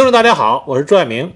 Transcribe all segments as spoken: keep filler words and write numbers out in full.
众大家好，我是朱爱明。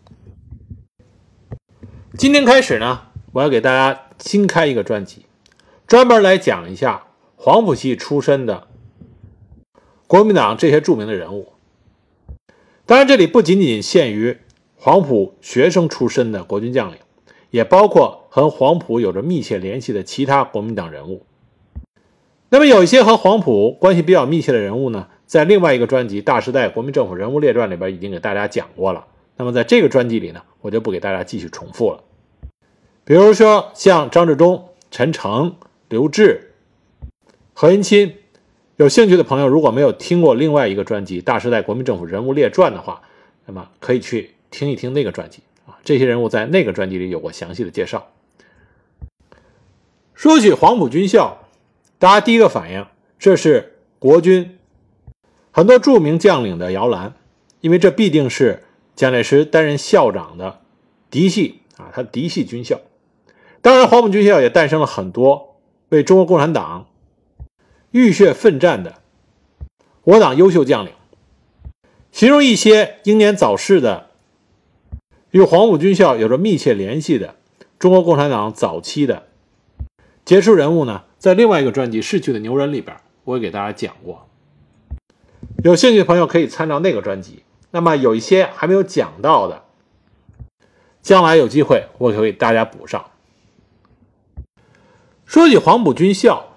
今天开始呢，我要给大家新开一个专辑，专门来讲一下黄埔系出身的国民党这些著名的人物。当然这里不仅仅限于黄埔学生出身的国军将领，也包括和黄埔有着密切联系的其他国民党人物。那么有一些和黄埔关系比较密切的人物呢，在另外一个专辑《大时代国民政府人物列传》里边已经给大家讲过了。那么在这个专辑里呢，我就不给大家继续重复了。比如说像张治中、陈诚、刘峙、何应钦，有兴趣的朋友如果没有听过另外一个专辑《大时代国民政府人物列传》的话，那么可以去听一听那个专辑啊，这些人物在那个专辑里有过详细的介绍。说起黄埔军校，大家第一个反应，这是国军很多著名将领的摇篮，因为这必定是蒋介石担任校长的嫡系啊，他嫡系军校。当然，黄埔军校也诞生了很多为中国共产党浴血奋战的我党优秀将领，其中一些英年早逝的，与黄埔军校有着密切联系的中国共产党早期的杰出人物呢，在另外一个专辑《逝去的牛人》里边，我也给大家讲过。有兴趣的朋友可以参照那个专辑。那么有一些还没有讲到的，将来有机会我可以给大家补上。说起黄埔军校，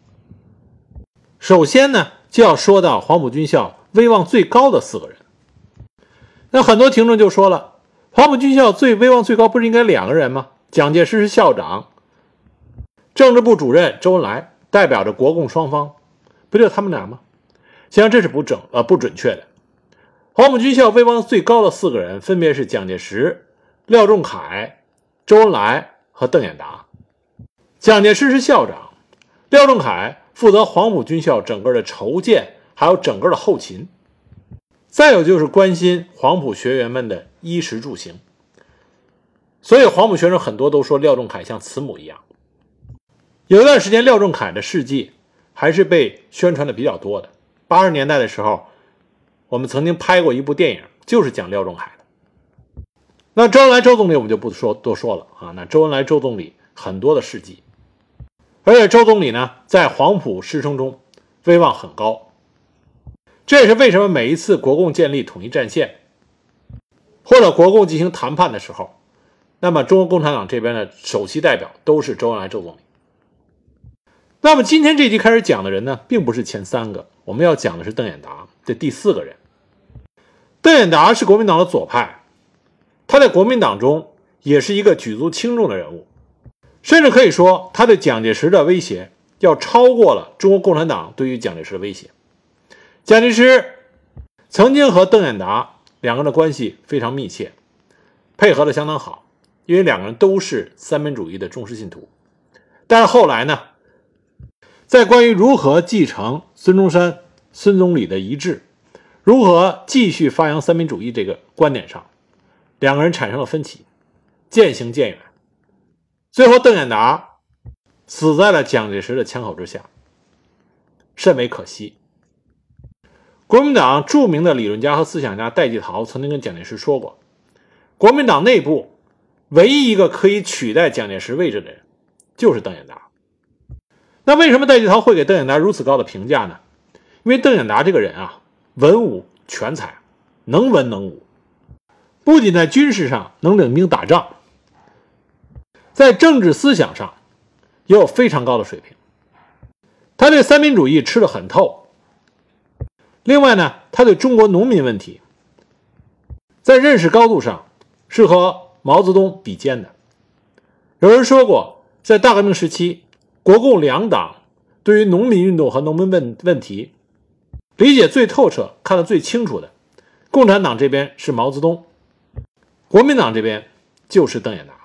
首先呢就要说到黄埔军校威望最高的四个人。那很多听众就说了，黄埔军校最威望最高不是应该两个人吗？蒋介石是校长，政治部主任周恩来代表着国共双方，不就他们俩吗？实际上这是不整呃不准确的。黄埔军校威望最高的四个人分别是蒋介石、廖仲恺、周恩来和邓演达。蒋介石是校长，廖仲恺负责黄埔军校整个的筹建还有整个的后勤，再有就是关心黄埔学员们的衣食住行。所以黄埔学生很多都说廖仲恺像慈母一样。有一段时间廖仲恺的事迹还是被宣传的比较多的。八十年代的时候，我们曾经拍过一部电影，就是讲廖仲恺的。那周恩来周总理我们就不说多说了啊。那周恩来周总理很多的事迹，而且周总理呢在黄埔师生中威望很高。这也是为什么每一次国共建立统一战线或者国共进行谈判的时候，那么中国共产党这边的首席代表都是周恩来周总理。那么今天这集开始讲的人呢，并不是前三个，我们要讲的是邓演达这第四个人。邓演达是国民党的左派，他在国民党中也是一个举足轻重的人物，甚至可以说他对蒋介石的威胁要超过了中国共产党对于蒋介石的威胁。蒋介石曾经和邓演达两个人的关系非常密切，配合的相当好，因为两个人都是三民主义的忠实信徒。但是后来呢，在关于如何继承孙中山孙总理的遗志，如何继续发扬三民主义这个观点上，两个人产生了分歧，渐行渐远。最后邓演达死在了蒋介石的枪口之下，甚为可惜。国民党著名的理论家和思想家戴季陶曾经跟蒋介石说过，国民党内部唯一一个可以取代蒋介石位置的人就是邓演达。那为什么戴季陶会给邓演达如此高的评价呢？因为邓演达这个人啊，文武全才，能文能武，不仅在军事上能领兵打仗，在政治思想上也有非常高的水平。他对三民主义吃得很透。另外呢，他对中国农民问题在认识高度上是和毛泽东比肩的。有人说过，在大革命时期，国共两党对于农民运动和农民问问题理解最透彻，看得最清楚的，共产党这边是毛泽东，国民党这边就是邓演达。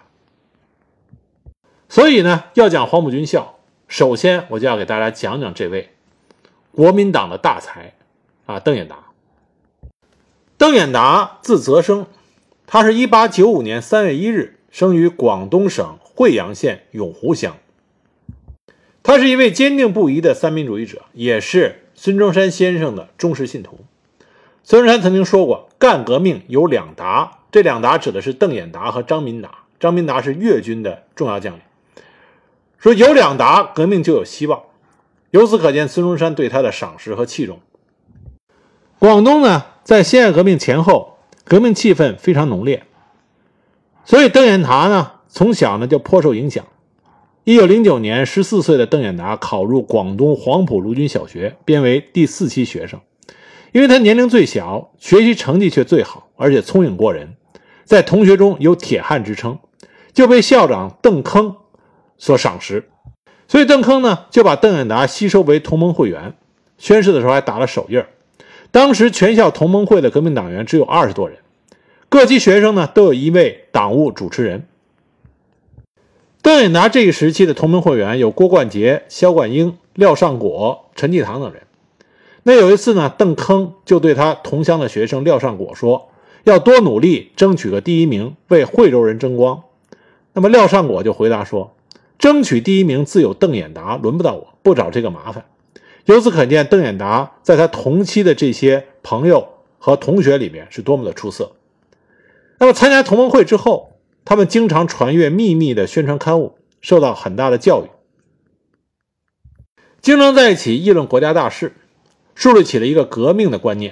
所以呢，要讲黄埔军校，首先我就要给大家讲讲这位国民党的大才啊，邓演达。邓演达字泽生，他是一八九五年三月一日生于广东省惠阳县永湖乡。他是一位坚定不移的三民主义者，也是孙中山先生的忠实信徒。孙中山曾经说过， 干革命有两达，这两达指的是邓演达和张民达，张民达是粤军的重要将领。说有两达，革命就有希望。由此可见孙中山对他的赏识和器重。广东呢，在辛亥革命前后，革命气氛非常浓烈，所以邓演达呢，从小呢就颇受影响。一九零九年，十四岁的邓演达考入广东黄埔陆军小学，编为第四期学生。因为他年龄最小，学习成绩却最好，而且聪颖过人，在同学中有铁汉之称，就被校长邓铿所赏识。所以邓铿呢，就把邓演达吸收为同盟会员，宣誓的时候还打了手印。当时全校同盟会的革命党员只有二十多人，各级学生呢都有一位党务主持人。邓演达这一时期的同盟会员有郭冠杰、萧冠英、廖尚果、陈济棠等人。那有一次呢，邓铿就对他同乡的学生廖尚果说，要多努力争取个第一名，为惠州人争光。那么廖尚果就回答说，争取第一名自有邓演达，轮不到我，不找这个麻烦。由此可见，邓演达在他同期的这些朋友和同学里面是多么的出色。那么参加同盟会之后，他们经常传阅秘密的宣传刊物，受到很大的教育，经常在一起议论国家大事，树立起了一个革命的观念。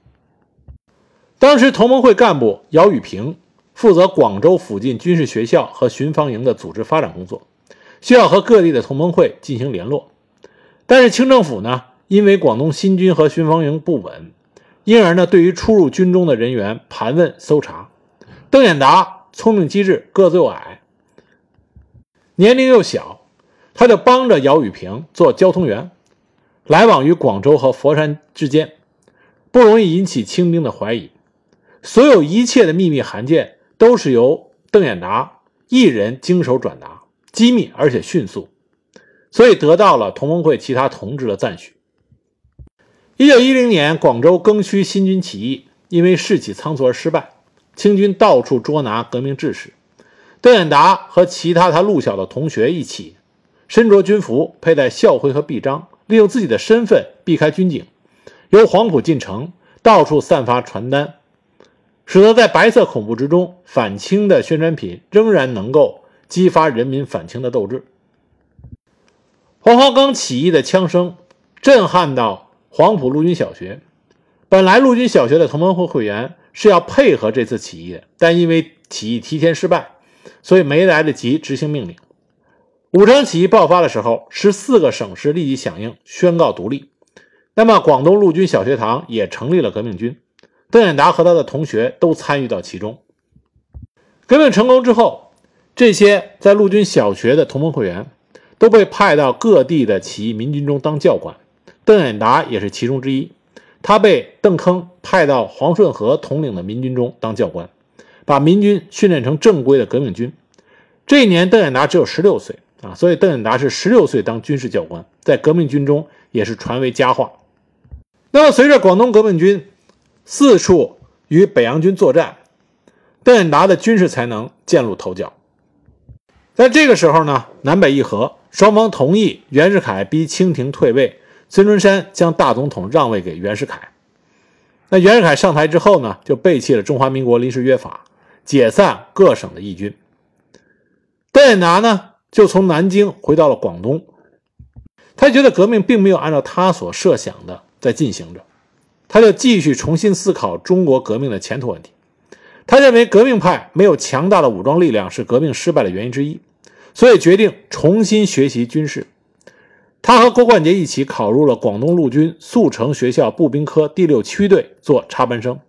当时同盟会干部姚宇平负责广州附近军事学校和巡防营的组织发展工作，需要和各地的同盟会进行联络。但是清政府呢，因为广东新军和巡防营不稳，因而呢，对于出入军中的人员盘问搜查。邓演达聪明机智，个子又矮，年龄又小，他就帮着姚宇平做交通员，来往于广州和佛山之间，不容易引起清兵的怀疑。所有一切的秘密函件都是由邓演达一人经手转达，机密而且迅速，所以得到了同盟会其他同志的赞许。一九一零年，广州庚戌新军起义因为士气仓促而失败，清军到处捉拿革命志士。邓演达和其他他路小的同学一起身着军服，佩戴校徽和臂章，利用自己的身份避开军警，由黄埔进城，到处散发传单，使得在白色恐怖之中，反清的宣传品仍然能够激发人民反清的斗志。黄花岗起义的枪声震撼到黄埔陆军小学，本来陆军小学的同盟会会员是要配合这次起义的，但因为起义提前失败，所以没来得及执行命令。武昌起义爆发的时候，十四个省市立即响应，宣告独立。那么广东陆军小学堂也成立了革命军，邓演达和他的同学都参与到其中。革命成功之后，这些在陆军小学的同盟会员都被派到各地的起义民军中当教官，邓演达也是其中之一。他被邓铿派到黄顺和统领的民军中当教官，把民军训练成正规的革命军。这一年邓演达只有十六岁啊，所以邓演达是十六岁当军事教官，在革命军中也是传为佳话。那么随着广东革命军四处与北洋军作战，邓演达的军事才能渐露头角。在这个时候呢，南北议和，双方同意袁世凯逼清廷退位，孙中山将大总统让位给袁世凯。那袁世凯上台之后呢，就背弃了中华民国临时约法，解散各省的义军。邓演达呢，就从南京回到了广东。他觉得革命并没有按照他所设想的在进行着，他就继续重新思考中国革命的前途问题。他认为革命派没有强大的武装力量是革命失败的原因之一，所以决定重新学习军事。他和郭冠杰一起考入了广东陆军速成学校步兵科第六区队做插班生。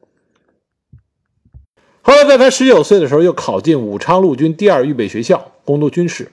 后来在他十九岁的时候，又考进武昌陆军第二预备学校攻读军事。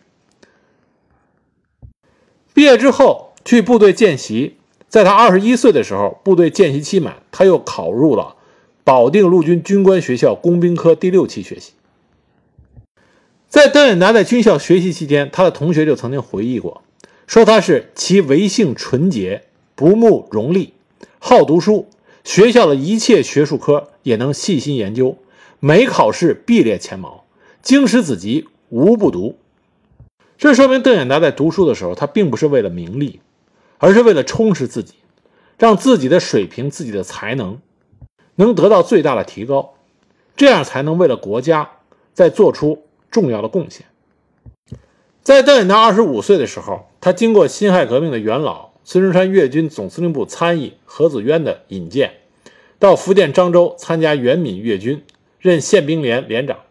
毕业之后去部队见习，在他二十一岁的时候，部队见习期满，他又考入了保定陆军军官学校工兵科第六期学习。在邓演达在军校学习期间，他的同学就曾经回忆过，说他是其为性纯洁，不慕荣利，好读书，学校的一切学术科也能细心研究，每考试必列前茅，经史子集无不读。这说明邓演达在读书的时候，他并不是为了名利，而是为了充实自己，让自己的水平、自己的才能能得到最大的提高，这样才能为了国家再做出重要的贡献。在邓演达二十五岁的时候，他经过辛亥革命的元老孙中山粤军总司令部参议何子渊的引荐，到福建漳州参加原闽粤军，任宪兵连连长。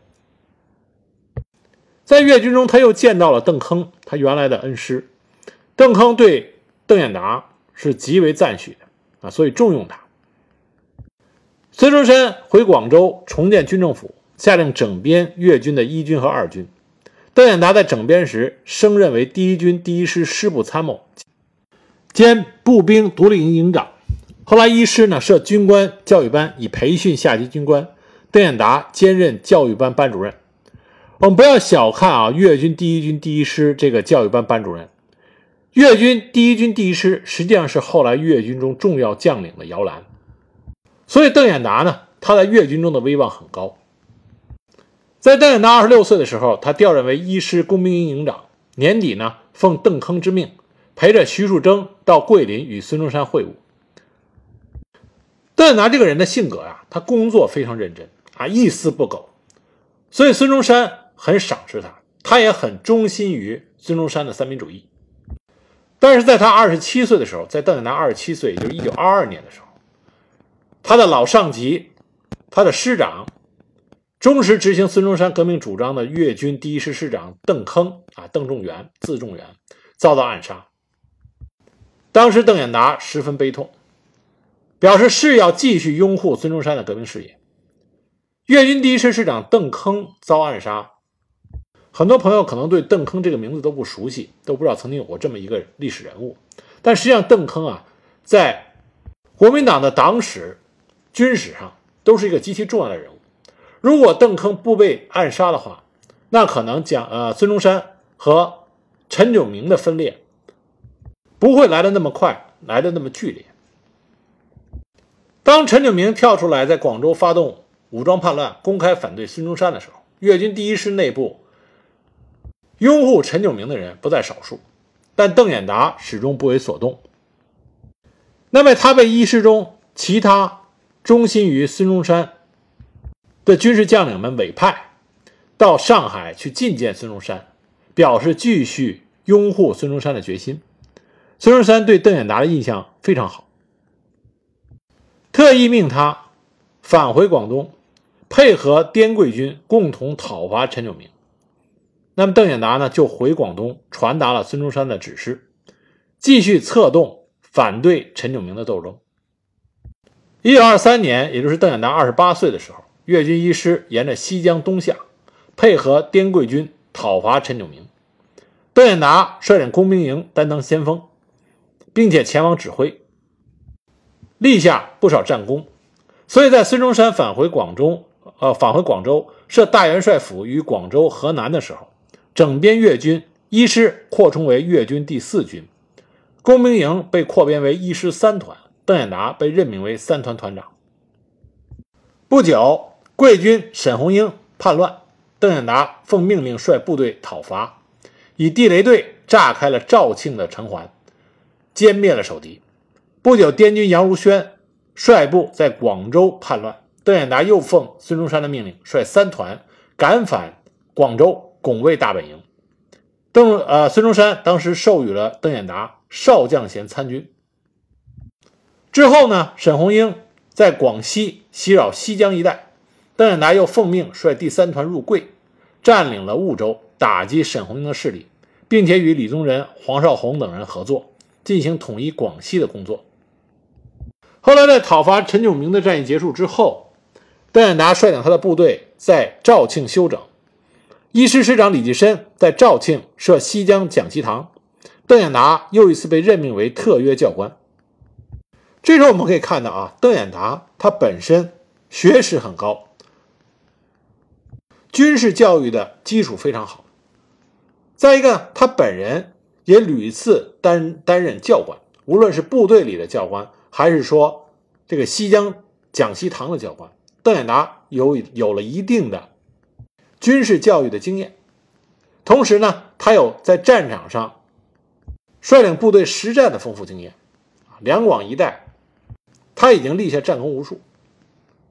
在粤军中，他又见到了邓铿，他原来的恩师。邓铿对邓演达是极为赞许的啊，所以重用他。孙中山回广州重建军政府，下令整编粤军的一军和二军。邓演达在整编时升任为第一军第一师师部参谋兼步兵独立营营长。后来一师呢设军官教育班，以培训下级军官。邓演达兼任教育班班主任。我们不要小看啊，粤军第一军第一师这个教育班班主任。粤军第一军第一师实际上是后来粤军中重要将领的摇篮，所以邓演达呢，他在粤军中的威望很高。在邓演达二十六岁的时候，他调任为一师工兵营营长。年底呢，奉邓铿之命，陪着徐树铮到桂林与孙中山会晤。邓演达这个人的性格啊，他工作非常认真啊，一丝不苟，所以孙中山很赏识他，他也很忠心于孙中山的三民主义。但是在他二十七岁的时候，在邓演达二十七岁，也就是一九二二年的时候，他的老上级，他的师长，忠实执行孙中山革命主张的粤军第一师师长邓铿啊，邓仲元，字仲元，遭到暗杀。当时邓演达十分悲痛，表示是要继续拥护孙中山的革命事业。粤军第一师师长邓铿遭暗杀，很多朋友可能对邓铿这个名字都不熟悉，都不知道曾经有过这么一个历史人物。但实际上邓铿啊，在国民党的党史、军史上都是一个极其重要的人物。如果邓铿不被暗杀的话，那可能讲呃孙中山和陈炯明的分裂不会来得那么快，来得那么剧烈。当陈炯明跳出来在广州发动武装叛乱，公开反对孙中山的时候，粤军第一师内部拥护陈炯明的人不在少数，但邓演达始终不为所动。那么他被一师中其他忠心于孙中山的军事将领们委派到上海去觐见孙中山，表示继续拥护孙中山的决心。孙中山对邓演达的印象非常好，特意命他返回广东，配合滇桂军共同讨伐陈炯明。那么邓演达呢，就回广东传达了孙中山的指示，继续策动反对陈炯明的斗争。一九二三年，也就是邓演达二十八岁的时候，粤军一师沿着西江东下，配合滇桂军讨伐陈炯明。邓演达率领工兵营担当先锋，并且前往指挥，立下不少战功。所以在孙中山返回广州，呃，返回广州设大元帅府于广州、河南的时候，整编粤军，一师扩充为粤军第四军，工兵营被扩编为一师三团，邓演达被任命为三团团长。不久，桂军沈鸿英叛乱，邓演达奉命令率部队讨伐，以地雷队炸开了肇庆的城环，歼灭了守敌。不久，滇军杨如轩率部在广州叛乱，邓演达又奉孙中山的命令，率三团赶返广州，拱卫大本营。邓呃孙中山当时授予了邓演达少将衔参军。之后呢，沈鸿英在广西袭扰西江一带，邓演达又奉命率第三团入桂，占领了婺州，打击沈鸿英的势力，并且与李宗仁、黄绍竑等人合作，进行统一广西的工作。后来在讨伐陈炯明的战役结束之后，邓演达率领他的部队在肇庆休整，一师师长李济深在肇庆设西江讲习堂，邓演达又一次被任命为特约教官。这时候我们可以看到啊，邓演达他本身学识很高，军事教育的基础非常好。再一个，他本人也屡次担担任教官，无论是部队里的教官，还是说这个西江讲习堂的教官，邓演达有有了一定的军事教育的经验。同时呢，他有在战场上率领部队实战的丰富经验，两广一带他已经立下战功无数。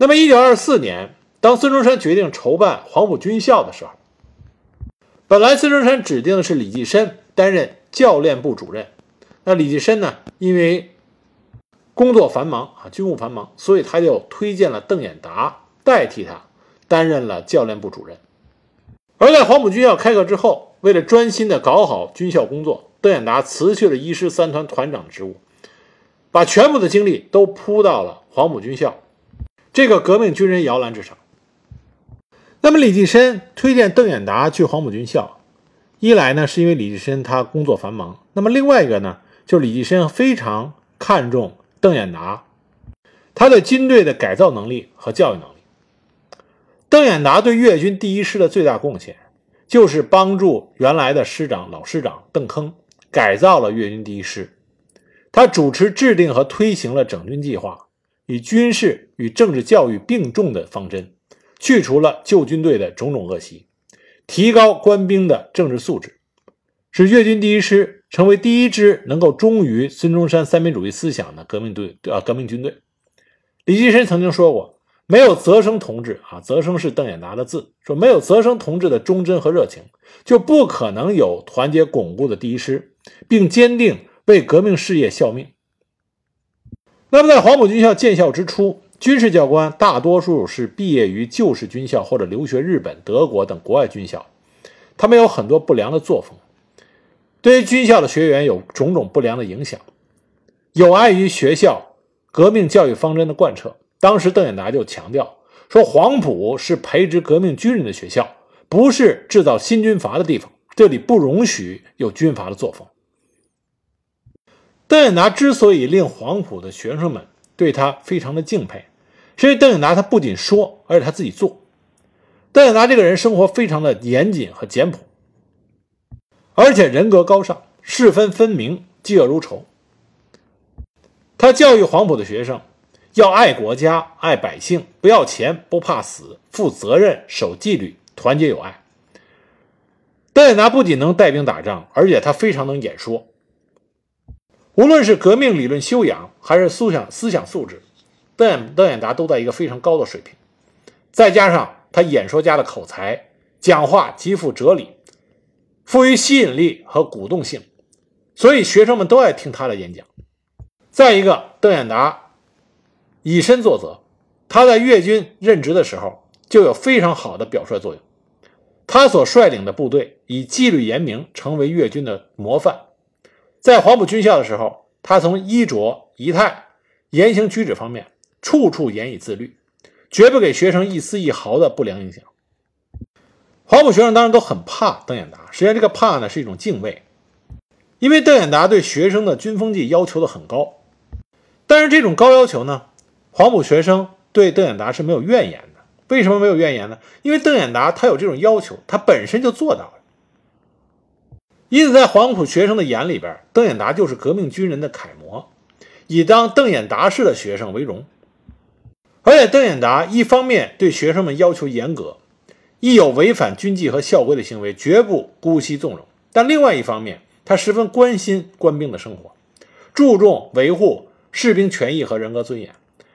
那么一九二四年，当孙中山决定筹办黄埔军校的时候，本来孙中山指定的是李济深担任教练部主任。那李济深呢，因为工作繁忙啊，军务繁忙，所以他就推荐了邓演达代替他担任了教练部主任。而在黄埔军校开课之后，为了专心的搞好军校工作，邓演达辞去了一师三团团长的职务，把全部的精力都扑到了黄埔军校这个革命军人摇篮之上。那么李济深推荐邓演达去黄埔军校，一来呢是因为李济深他工作繁忙，那么另外一个呢就是李济深非常看重邓演达他对军队的改造能力和教育能力。邓演达对粤军第一师的最大贡献，就是帮助原来的师长老师长邓铿改造了粤军第一师。他主持制定和推行了整军计划，以军事与政治教育并重的方针，去除了旧军队的种种恶习，提高官兵的政治素质，使粤军第一师成为第一支能够忠于孙中山三民主义思想的革命队啊革命军队。李济深曾经说过，没有泽生同志啊，泽生是邓演达的字，说没有泽生同志的忠贞和热情，就不可能有团结巩固的第一师，并坚定为革命事业效命。那么在黄埔军校建校之初，军事教官大多数是毕业于旧式军校或者留学日本、德国等国外军校，他们有很多不良的作风，对于军校的学员有种种不良的影响，有碍于学校革命教育方针的贯彻。当时邓演达就强调说，黄埔是培植革命军人的学校，不是制造新军阀的地方，这里不容许有军阀的作风。邓演达之所以令黄埔的学生们对他非常的敬佩，是因为邓演达他不仅说，而且他自己做。邓演达这个人生活非常的严谨和简朴，而且人格高尚，是分分明，嫉恶如仇。他教育黄埔的学生要爱国家、爱百姓，不要钱，不怕死，负责任，守纪律，团结友爱。邓演达不仅能带兵打仗，而且他非常能演说。无论是革命理论修养，还是思想思想素质，邓邓演达都在一个非常高的水平。再加上他演说家的口才，讲话极富哲理，富于吸引力和鼓动性，所以学生们都爱听他的演讲。再一个，邓演达以身作则，他在粤军任职的时候就有非常好的表率作用。他所率领的部队以纪律严明成为粤军的模范。在黄埔军校的时候，他从衣着、仪态、言行举止方面处处严以自律，绝不给学生一丝一毫的不良影响。黄埔学生当然都很怕邓演达，实际上这个怕呢是一种敬畏，因为邓演达对学生的军风纪要求的很高。但是这种高要求呢，黄埔学生对邓演达是没有怨言的。为什么没有怨言呢？因为邓演达他有这种要求，他本身就做到了。因此在黄埔学生的眼里边，邓演达就是革命军人的楷模，以当邓演达式的学生为荣。而且邓演达一方面对学生们要求严格，一有违反军纪和校规的行为绝不姑息纵容，但另外一方面他十分关心官兵的生活，注重维护士兵权益和人格尊严。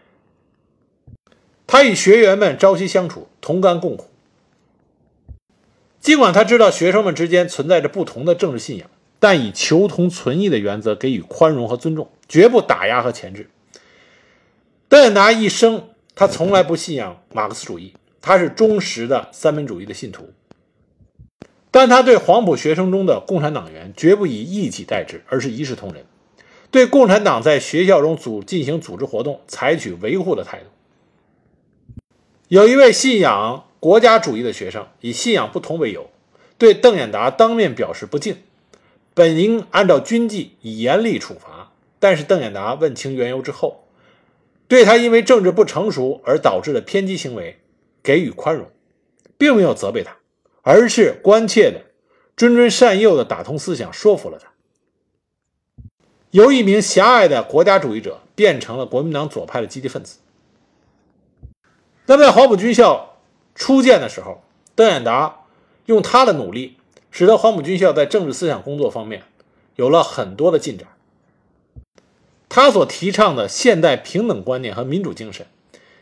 他与学员们朝夕相处，同甘共苦。尽管他知道学生们之间存在着不同的政治信仰，但以求同存异的原则给予宽容和尊重，绝不打压和钳制。邓演达一生他从来不信仰马克思主义，他是忠实的三民主义的信徒，但他对黄埔学生中的共产党员绝不以异己待之，而是一视同仁，对共产党在学校中组进行组织活动采取维护的态度。有一位信仰国家主义的学生以信仰不同为由，对邓演达当面表示不敬，本应按照军纪以严厉处罚，但是邓演达问清缘由之后，对他因为政治不成熟而导致的偏激行为给予宽容，并没有责备他，而是关切的谆谆善诱的打通思想，说服了他。由一名狭隘的国家主义者变成了国民党左派的积极分子。那么在黄埔军校初建的时候，邓演达用他的努力，使得黄埔军校在政治思想工作方面有了很多的进展。他所提倡的现代平等观念和民主精神，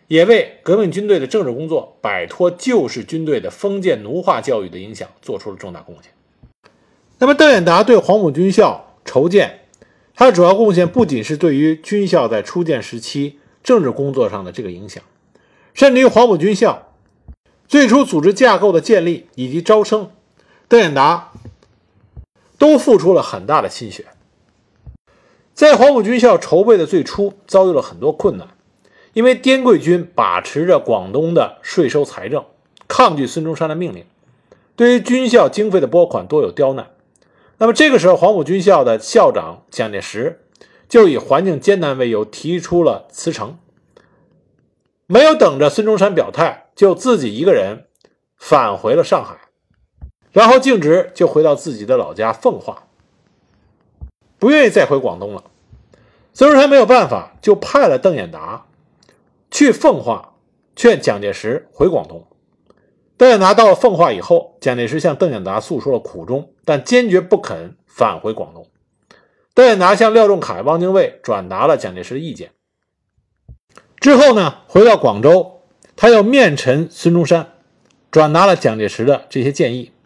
也为革命军队的政治工作摆脱旧式军队的封建奴化教育的影响做出了重大贡献。那么邓演达对黄埔军校筹建，他的主要贡献不仅是对于军校在初建时期政治工作上的这个影响，甚至于黄埔军校最初组织架构的建立以及招生，邓演达都付出了很大的心血。在黄埔军校筹备的最初遭遇了很多困难，因为滇桂军把持着广东的税收财政，抗拒孙中山的命令，对于军校经费的拨款多有刁难。那么这个时候，黄埔军校的校长蒋介石就以环境艰难为由提出了辞呈，没有等着孙中山表态，就自己一个人返回了上海，然后径直就回到自己的老家奉化，不愿意再回广东了。孙中山没有办法，就派了邓演达去奉化劝蒋介石回广东。邓演达到了奉化以后，蒋介石向邓演达诉说了苦衷，但坚决不肯返回广东。邓演达向廖仲恺、汪精卫转达了蒋介石的意见。之后呢，回到广州，他又面陈孙中山，转达了蒋介石的这些建议。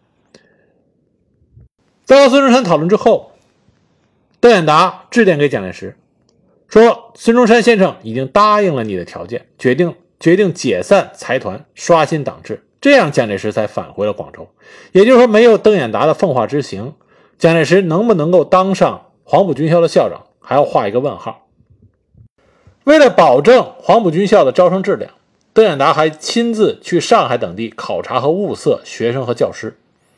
在和孙中山讨论之后，邓演达致电给蒋介石，说孙中山先生已经答应了你的条件，决定决定解散财团，刷新党制，这样蒋介石才返回了广州。也就是说，没有邓演达的奉化之行，蒋介石能不能够当上黄埔军校的校长，还要画一个问号。为了保证黄埔军校的招生质量，邓演达还亲自去上海等地考察和物色学生和教师，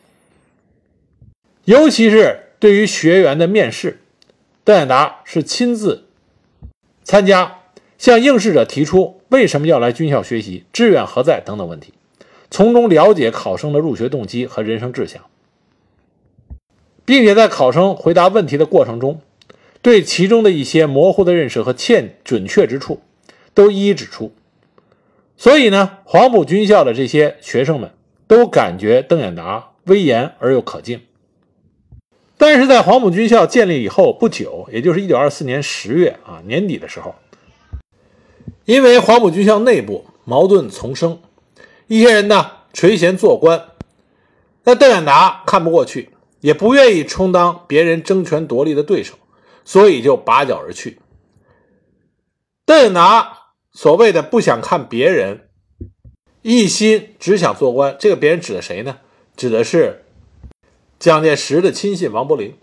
尤其是对于学员的面试，邓演达是亲自参加，向应试者提出为什么要来军校学习、志愿何在等等问题，从中了解考生的入学动机和人生志向，并且在考生回答问题的过程中，对其中的一些模糊的认识和欠准确之处都一一指出。所以呢，黄埔军校的这些学生们都感觉邓演达威严而又可敬。但是在黄埔军校建立以后不久，也就是一九二四年十月啊年底的时候，因为黄埔军校内部矛盾丛生，一些人呢垂涎做官，那邓演达看不过去，也不愿意充当别人争权夺利的对手，所以就拔脚而去。邓演达所谓的不想看别人，一心只想做官，这个别人指的谁呢？指的是蒋介石的亲信王伯龄。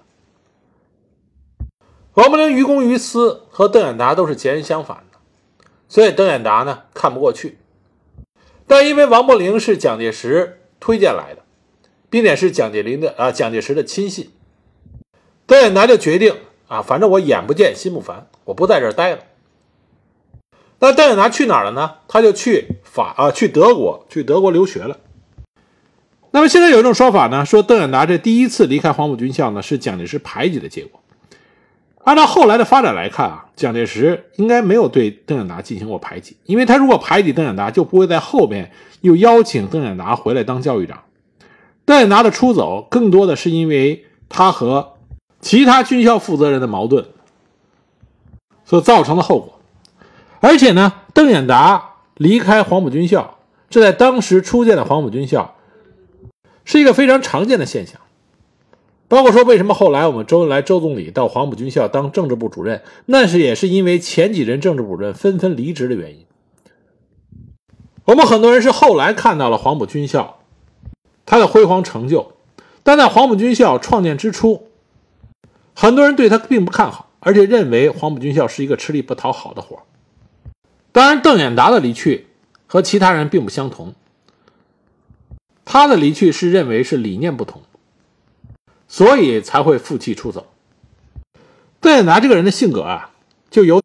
王伯龄于公于私和邓演达都是截然相反的，所以邓演达呢看不过去。但因为王伯龄是蒋介石推荐来的，并且是蒋介石的啊蒋介石的亲信，邓演达就决定啊，反正我眼不见心不烦，我不在这儿待了。那邓演达去哪儿了呢？他就去法啊去德国，去德国留学了。那么现在有一种说法呢，说邓演达这第一次离开黄埔军校呢，是蒋介石排挤的结果。按照后来的发展来看啊，蒋介石应该没有对邓演达进行过排挤，因为他如果排挤邓演达，就不会在后面又邀请邓演达回来当教育长。邓演达的出走更多的是因为他和其他军校负责人的矛盾所造成的后果。而且呢，邓演达离开黄埔军校，这在当时初建的黄埔军校是一个非常常见的现象。包括说为什么后来我们周恩来周总理到黄埔军校当政治部主任，那是也是因为前几任政治部主任纷纷离职的原因。我们很多人是后来看到了黄埔军校它的辉煌成就，但在黄埔军校创建之初，很多人对它并不看好，而且认为黄埔军校是一个吃力不讨好的活。当然邓演达的离去和其他人并不相同，他的离去是认为是理念不同，所以才会负气出走。邓演达这个人的性格啊，就有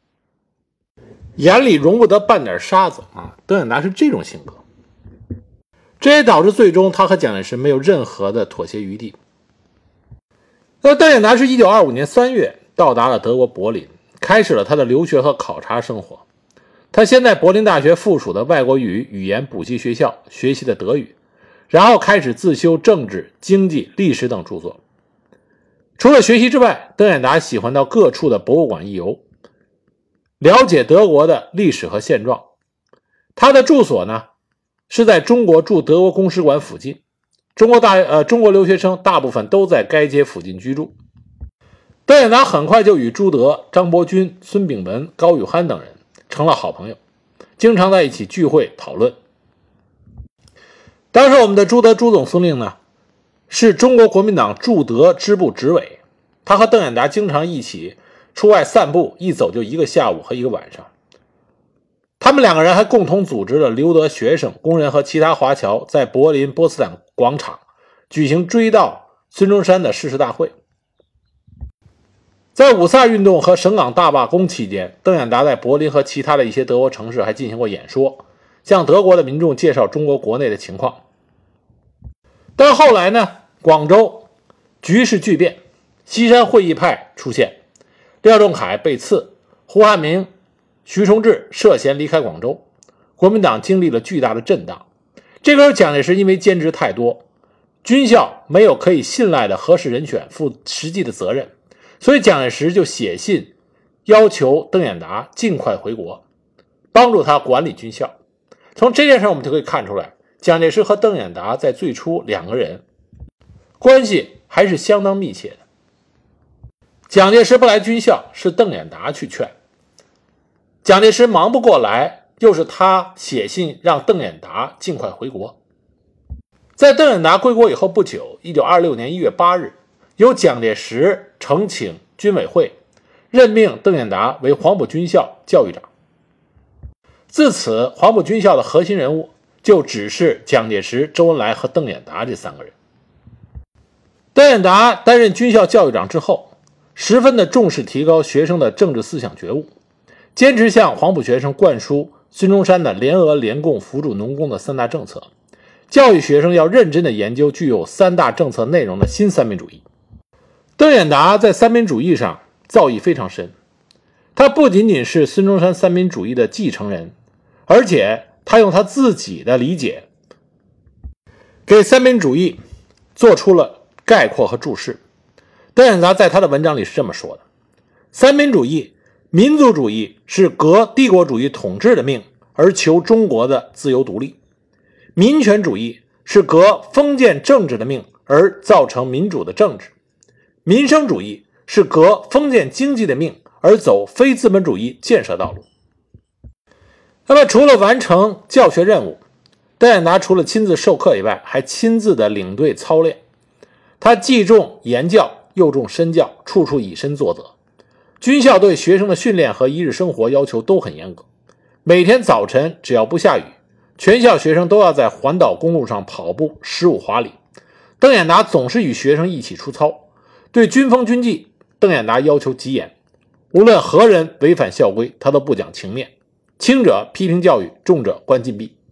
眼里容不得半点沙子啊，邓演达是这种性格，这也导致最终他和蒋介石没有任何的妥协余地。那邓演达是一九二五年三月到达了德国柏林，开始了他的留学和考察生活。他先在柏林大学附属的外国语语言补习学校学习的德语，然后开始自修政治、经济、历史等著作。除了学习之外，邓演达喜欢到各处的博物馆一游，了解德国的历史和现状， 他的住所呢是在中国驻德国公使馆附近，中国大呃中国留学生大部分都在该街附近居住。邓演达很快就与朱德、张伯钧、孙炳文、高宇涵等人成了好朋友，经常在一起聚会讨论。当时我们的朱德朱总司令呢是中国国民党驻德支部执委，他和邓演达经常一起出外散步，一走就一个下午和一个晚上。他们两个人还共同组织了留德学生、工人和其他华侨在柏林波茨坦广场举行追悼孙中山的誓师大会。在五卅运动和省港大罢工期间，邓演达在柏林和其他的一些德国城市还进行过演说，向德国的民众介绍中国国内的情况。但后来呢，广州局势巨变，西山会议派出现，廖仲恺被刺，胡汉民、徐崇智涉嫌离开广州，国民党经历了巨大的震荡。这个时候蒋介石因为兼职太多，军校没有可以信赖的合适人选负实际的责任，所以蒋介石就写信要求邓演达尽快回国，帮助他管理军校。从这件事我们就可以看出来，蒋介石和邓演达在最初两个人关系还是相当密切的。蒋介石不来军校是邓演达去劝，蒋介石忙不过来，又是他写信让邓演达尽快回国。在邓演达归国以后不久，一九二六年一月八日，由蒋介石呈请军委会任命邓演达为黄埔军校教育长。自此，黄埔军校的核心人物就只是蒋介石、周恩来和邓演达这三个人。邓演达担任军校教育长之后，十分的重视提高学生的政治思想觉悟，坚持向黄埔学生灌输孙中山的联俄联共扶助农工的三大政策，教育学生要认真的研究具有三大政策内容的新三民主义。邓演达在三民主义上造诣非常深，他不仅仅是孙中山三民主义的继承人，而且他用他自己的理解给三民主义做出了概括和注释。邓演达在他的文章里是这么说的：三民主义，民族主义是革帝国主义统治的命而求中国的自由独立，民权主义是革封建政治的命而造成民主的政治，民生主义是革封建经济的命而走非资本主义建设道路。那么除了完成教学任务，邓演达除了亲自授课以外，还亲自的领队操练。他既重言教又重身教，处处以身作则。军校对学生的训练和一日生活要求都很严格，每天早晨只要不下雨，全校学生都要在环岛公路上跑步十五华里。邓演达总是与学生一起出操，对军风军纪，邓演达要求极严，无论何人违反校规，他都不讲情面，轻者批评教育，重者关禁闭。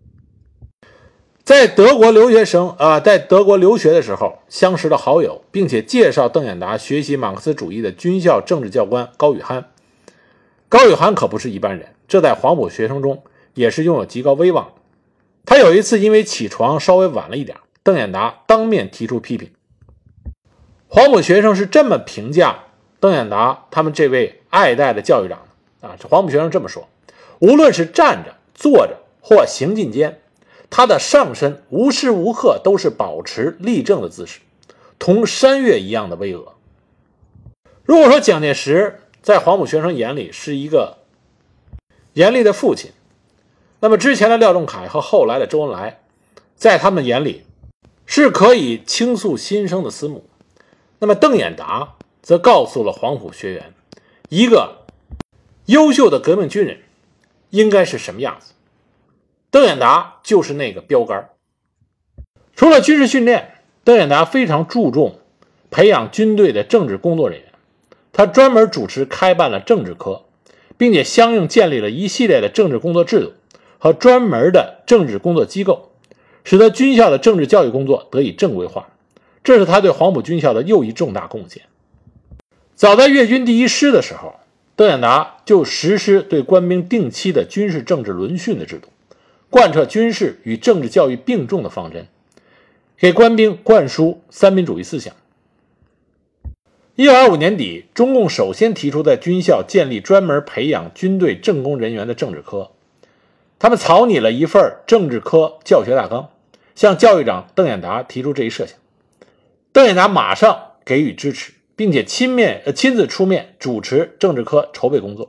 在德国留学生啊、呃，在德国留学的时候相识的好友，并且介绍邓演达学习马克思主义的军校政治教官高宇涵。高宇涵可不是一般人，这在黄埔学生中也是拥有极高威望的。他有一次因为起床稍微晚了一点，邓演达当面提出批评。黄埔学生是这么评价邓演达他们这位爱戴的教育长的啊，黄埔学生这么说：无论是站着、坐着或行进间，他的上身无时无刻都是保持立正的姿势，同山岳一样的巍峨。如果说蒋介石在黄埔学生眼里是一个严厉的父亲，那么之前的廖仲恺和后来的周恩来在他们眼里是可以倾诉心声的思母。那么邓演达则告诉了黄埔学员，一个优秀的革命军人应该是什么样子。邓演达就是那个标杆。除了军事训练，邓演达非常注重培养军队的政治工作人员，他专门主持开办了政治科，并且相应建立了一系列的政治工作制度和专门的政治工作机构，使得军校的政治教育工作得以正规化，这是他对黄埔军校的又一重大贡献。早在粤军第一师的时候，邓演达就实施对官兵定期的军事政治轮训的制度，贯彻军事与政治教育并重的方针，给官兵灌输三民主义思想。一九二五年底，中共首先提出在军校建立专门培养军队政工人员的政治科， 他们草拟了一份政治科教学大纲，向教育长邓演达提出这一设想。邓演达马上给予支持，并且亲面呃亲自出面主持政治科筹备工作。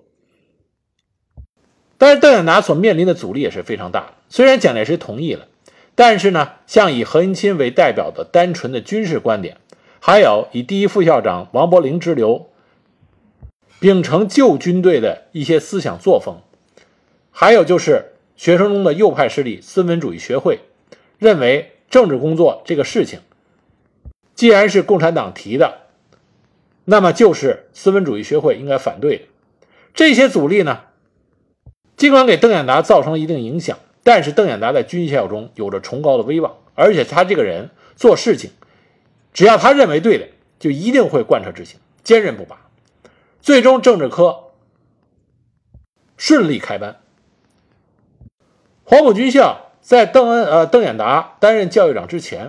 但是邓演达所面临的阻力也是非常大的。虽然蒋介石同意了，但是呢，像以何应钦为代表的单纯的军事观点，还有以第一副校长王伯龄之流秉承旧军队的一些思想作风，还有就是学生中的右派势力孙文主义学会认为政治工作这个事情既然是共产党提的，那么就是孙文主义学会应该反对的。这些阻力呢，尽管给邓演达造成了一定影响，但是邓演达在军校中有着崇高的威望，而且他这个人做事情只要他认为对的，就一定会贯彻执行，坚韧不拔。最终政治科顺利开班。黄埔军校在邓恩呃邓演达担任教育长之前，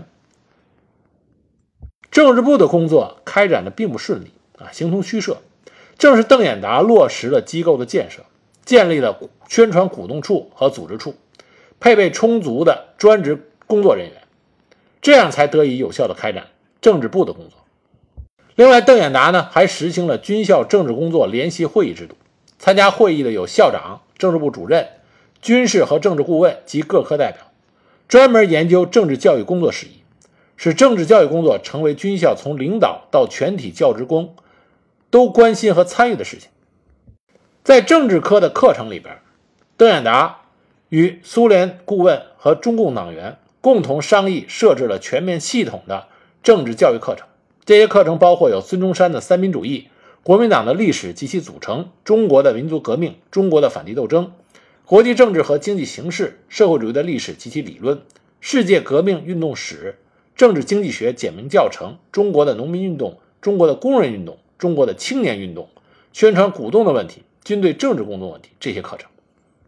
政治部的工作开展的并不顺利啊，形同虚设。正是邓演达落实了机构的建设，建立了宣传鼓动处和组织处，配备充足的专职工作人员，这样才得以有效的开展政治部的工作。另外，邓演达呢还实行了军校政治工作联席会议制度，参加会议的有校长、政治部主任、军事和政治顾问及各科代表，专门研究政治教育工作事宜，使政治教育工作成为军校从领导到全体教职工都关心和参与的事情。在政治科的课程里边，邓演达与苏联顾问和中共党员共同商议设置了全面系统的政治教育课程。这些课程包括有孙中山的三民主义、国民党的历史及其组成、中国的民族革命、中国的反帝斗争、国际政治和经济形势、社会主义的历史及其理论、世界革命运动史、政治经济学简明教程、中国的农民运动、中国的工人运动、中国的青年运动、宣传鼓动的问题、军队政治工作问题，这些课程。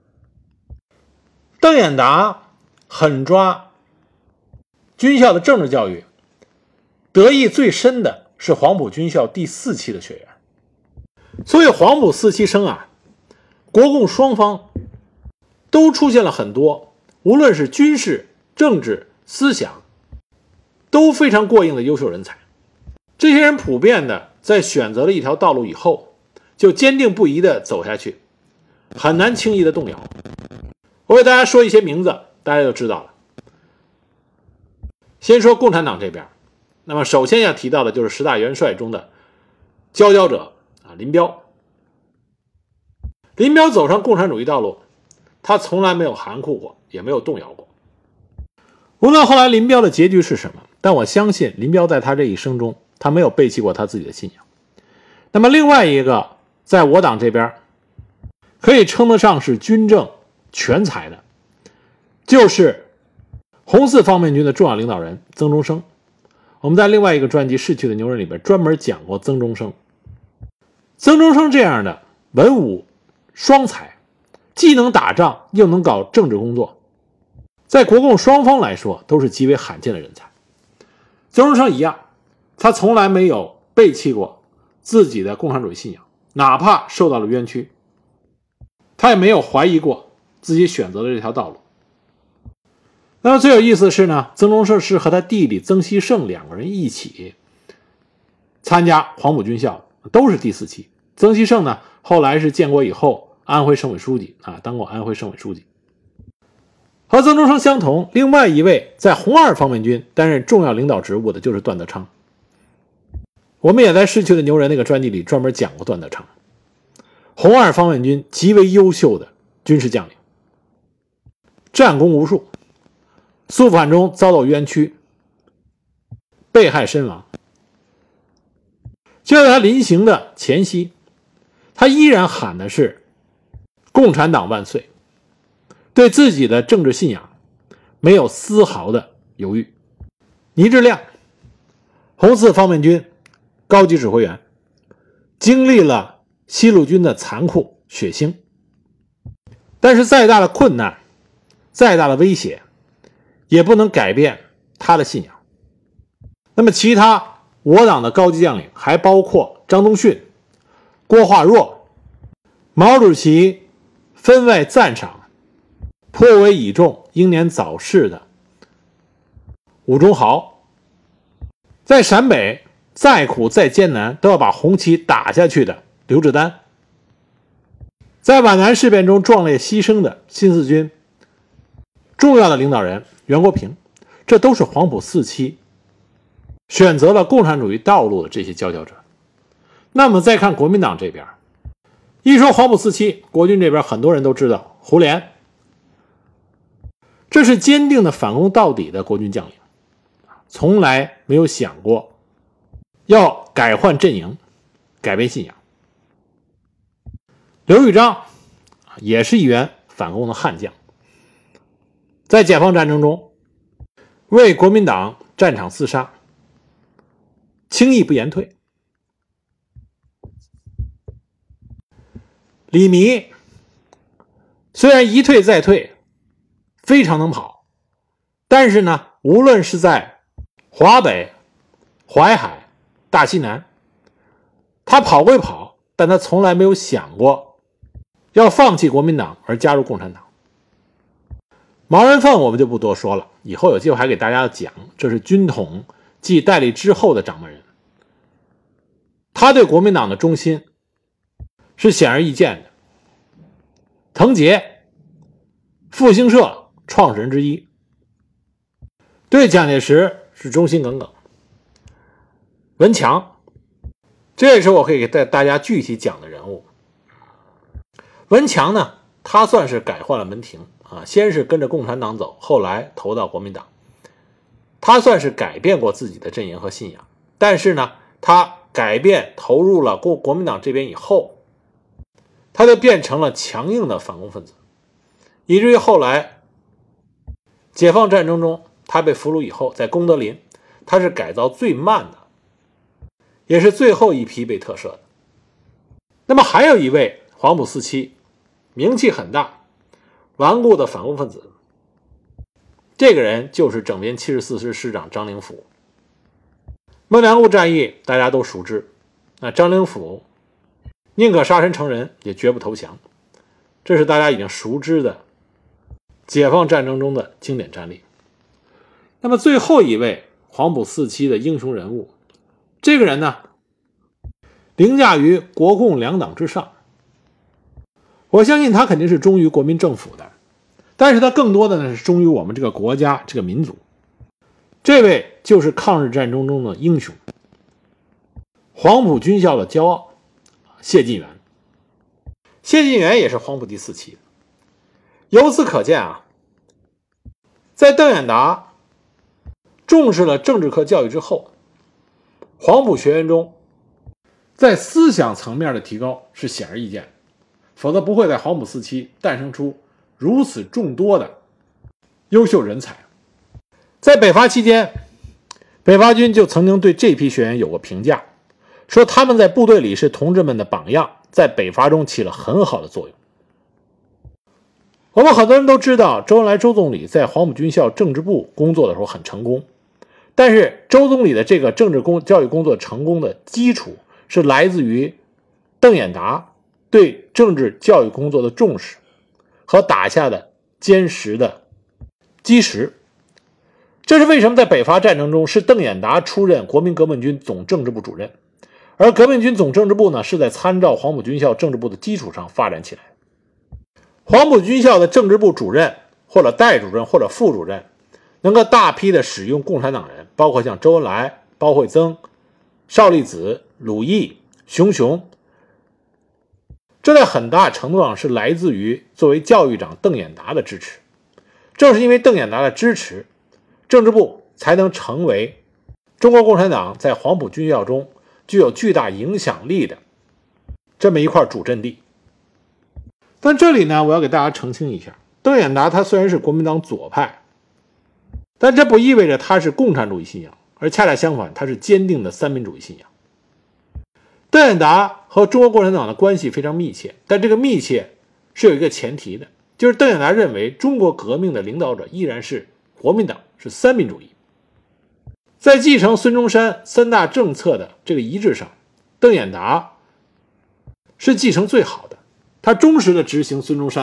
邓演达狠抓军校的政治教育，得益最深的是黄埔军校第四期的学员。所以黄埔四期生啊，国共双方都出现了很多无论是军事、政治、思想都非常过硬的优秀人才。这些人普遍的在选择了一条道路以后，就坚定不移的走下去，很难轻易的动摇。我给大家说一些名字，大家就知道了。先说共产党这边，那么首先要提到的就是十大元帅中的佼佼者啊，林彪。林彪走上共产主义道路，他从来没有含糊过，也没有动摇过。无论后来林彪的结局是什么，但我相信林彪在他这一生中，他没有背弃过他自己的信仰。那么另外一个在我党这边可以称得上是军政全才的，就是红四方面军的重要领导人曾中生。我们在另外一个专辑《逝去的牛人》里边专门讲过曾中生。曾中生这样的文武双才，既能打仗又能搞政治工作，在国共双方来说都是极为罕见的人才。曾中生一样，他从来没有背弃过自己的共产主义信仰，哪怕受到了冤屈，他也没有怀疑过自己选择的这条道路。那么最有意思的是呢，曾中生是和他弟弟曾希圣两个人一起参加黄埔军校，都是第四期。曾希圣呢，后来是建国以后安徽省委书记啊，当过安徽省委书记。和曾中生相同，另外一位在红二方面军担任重要领导职务的就是段德昌。我们也在《逝去的牛人》那个专辑里专门讲过段德昌，红二方面军极为优秀的军事将领，战功无数，肃反中遭到冤屈，被害身亡。就在他临行的前夕，他依然喊的是共产党万岁，对自己的政治信仰没有丝毫的犹豫。倪志亮，红四方面军高级指挥员，经历了西路军的残酷血腥，但是再大的困难，再大的威胁，也不能改变他的信仰。那么其他我党的高级将领还包括张宗逊、郭化若、毛主席分外赞赏、 颇为倚重英年早逝的武忠豪，在陕北再苦再艰难都要把红旗打下去的刘志丹，在皖南事变中壮烈牺牲的新四军重要的领导人袁国平，这都是黄埔四期选择了共产主义道路的这些佼佼者。那么再看国民党这边，一说黄埔四期，国军这边很多人都知道胡琏，这是坚定的反攻到底的国军将领，从来没有想过要改换阵营，改变信仰。刘玉章也是一员反攻的悍将，在解放战争中为国民党战场厮杀，轻易不言退。李弥虽然一退再退，非常能跑，但是呢，无论是在华北、淮海、大西南，他跑归跑，但他从来没有想过要放弃国民党而加入共产党。毛人凤我们就不多说了，以后有机会还给大家讲，这是军统继戴笠之后的掌门人，他对国民党的忠心是显而易见的。滕杰，复兴社创始人之一，对蒋介石是忠心耿耿。文强，这也是我可以给大家具体讲的人物。文强呢，他算是改换了门庭啊，先是跟着共产党走，后来投到国民党。他算是改变过自己的阵营和信仰，但是呢，他改变投入了国国民党这边以后，他就变成了强硬的反攻分子，以至于后来解放战争中他被俘虏以后，在功德林他是改造最慢的，也是最后一批被特赦的。那么还有一位黄埔四期名气很大顽固的反攻分子，这个人就是整编七十四师师长张灵甫。孟良崮战役大家都熟知，那张灵甫宁可杀身成仁，也绝不投降，这是大家已经熟知的解放战争中的经典战例。那么最后一位黄埔四期的英雄人物，这个人呢，凌驾于国共两党之上，我相信他肯定是忠于国民政府的，但是他更多的呢是忠于我们这个国家这个民族。这位就是抗日战争中的英雄，黄埔军校的骄傲谢晋元。谢晋元也是黄埔第四期。由此可见啊，在邓演达重视了政治课教育之后，黄埔学员中在思想层面的提高是显而易见，否则不会在黄埔四期诞生出如此众多的优秀人才。在北伐期间，北伐军就曾经对这批学员有过评价，说他们在部队里是同志们的榜样，在北伐中起了很好的作用。我们很多人都知道，周恩来周总理在黄埔军校政治部工作的时候很成功，但是周总理的这个政治工教育工作成功的基础是来自于邓演达对政治教育工作的重视和打下的坚实的基石。这是为什么在北伐战争中是邓演达出任国民革命军总政治部主任，而革命军总政治部呢，是在参照黄埔军校政治部的基础上发展起来。黄埔军校的政治部主任或者代主任或者副主任能够大批的使用共产党人，包括像周恩来、包惠增、邵力子、鲁毅、熊雄，这在很大程度上是来自于作为教育长邓演达的支持。正是因为邓演达的支持，政治部才能成为中国共产党在黄埔军校中具有巨大影响力的这么一块主阵地。但这里呢，我要给大家澄清一下，邓演达他虽然是国民党左派，但这不意味着他是共产主义信仰，而恰恰相反，他是坚定的三民主义信仰。邓演达和中国共产党的关系非常密切，但这个密切是有一个前提的，就是邓演达认为中国革命的领导者依然是国民党，是三民主义。在继承孙中山三大政策的这个一致上，邓演达是继承最好的，他忠实地执行孙中山的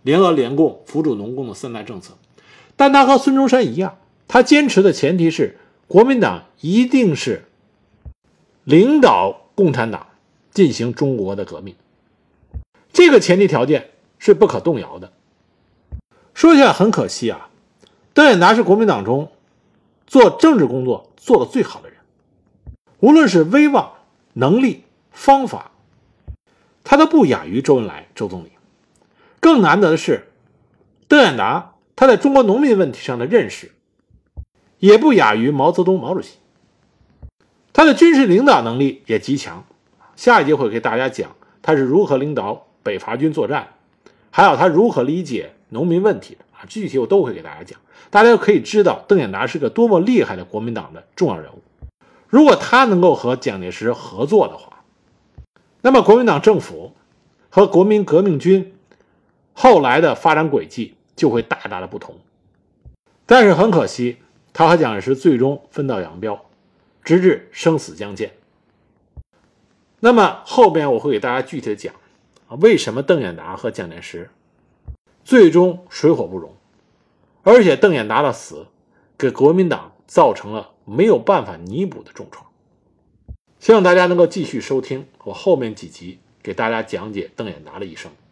联俄联共扶助农工的三大政策。但他和孙中山一样，他坚持的前提是国民党一定是领导共产党进行中国的革命，这个前提条件是不可动摇的。说起来很可惜啊，邓演达是国民党中做政治工作做得最好的人，无论是威望、能力、方法，他都不亚于周恩来、周总理。更难得的是，邓演达他在中国农民问题上的认识也不亚于毛泽东、毛主席。他的军事领导能力也极强，下一节会给大家讲他是如何领导北伐军作战，还有他如何理解农民问题的啊，具体我都会给大家讲。大家就可以知道邓演达是个多么厉害的国民党的重要人物。如果他能够和蒋介石合作的话，那么国民党政府和国民革命军后来的发展轨迹就会大大的不同。但是很可惜，他和蒋介石最终分道扬镳，直至生死相见。那么后边我会给大家具体的讲啊，为什么邓演达和蒋介石最终水火不容，而且邓演达的死给国民党造成了没有办法弥补的重创。希望大家能够继续收听我后面几集给大家讲解邓演达的一生。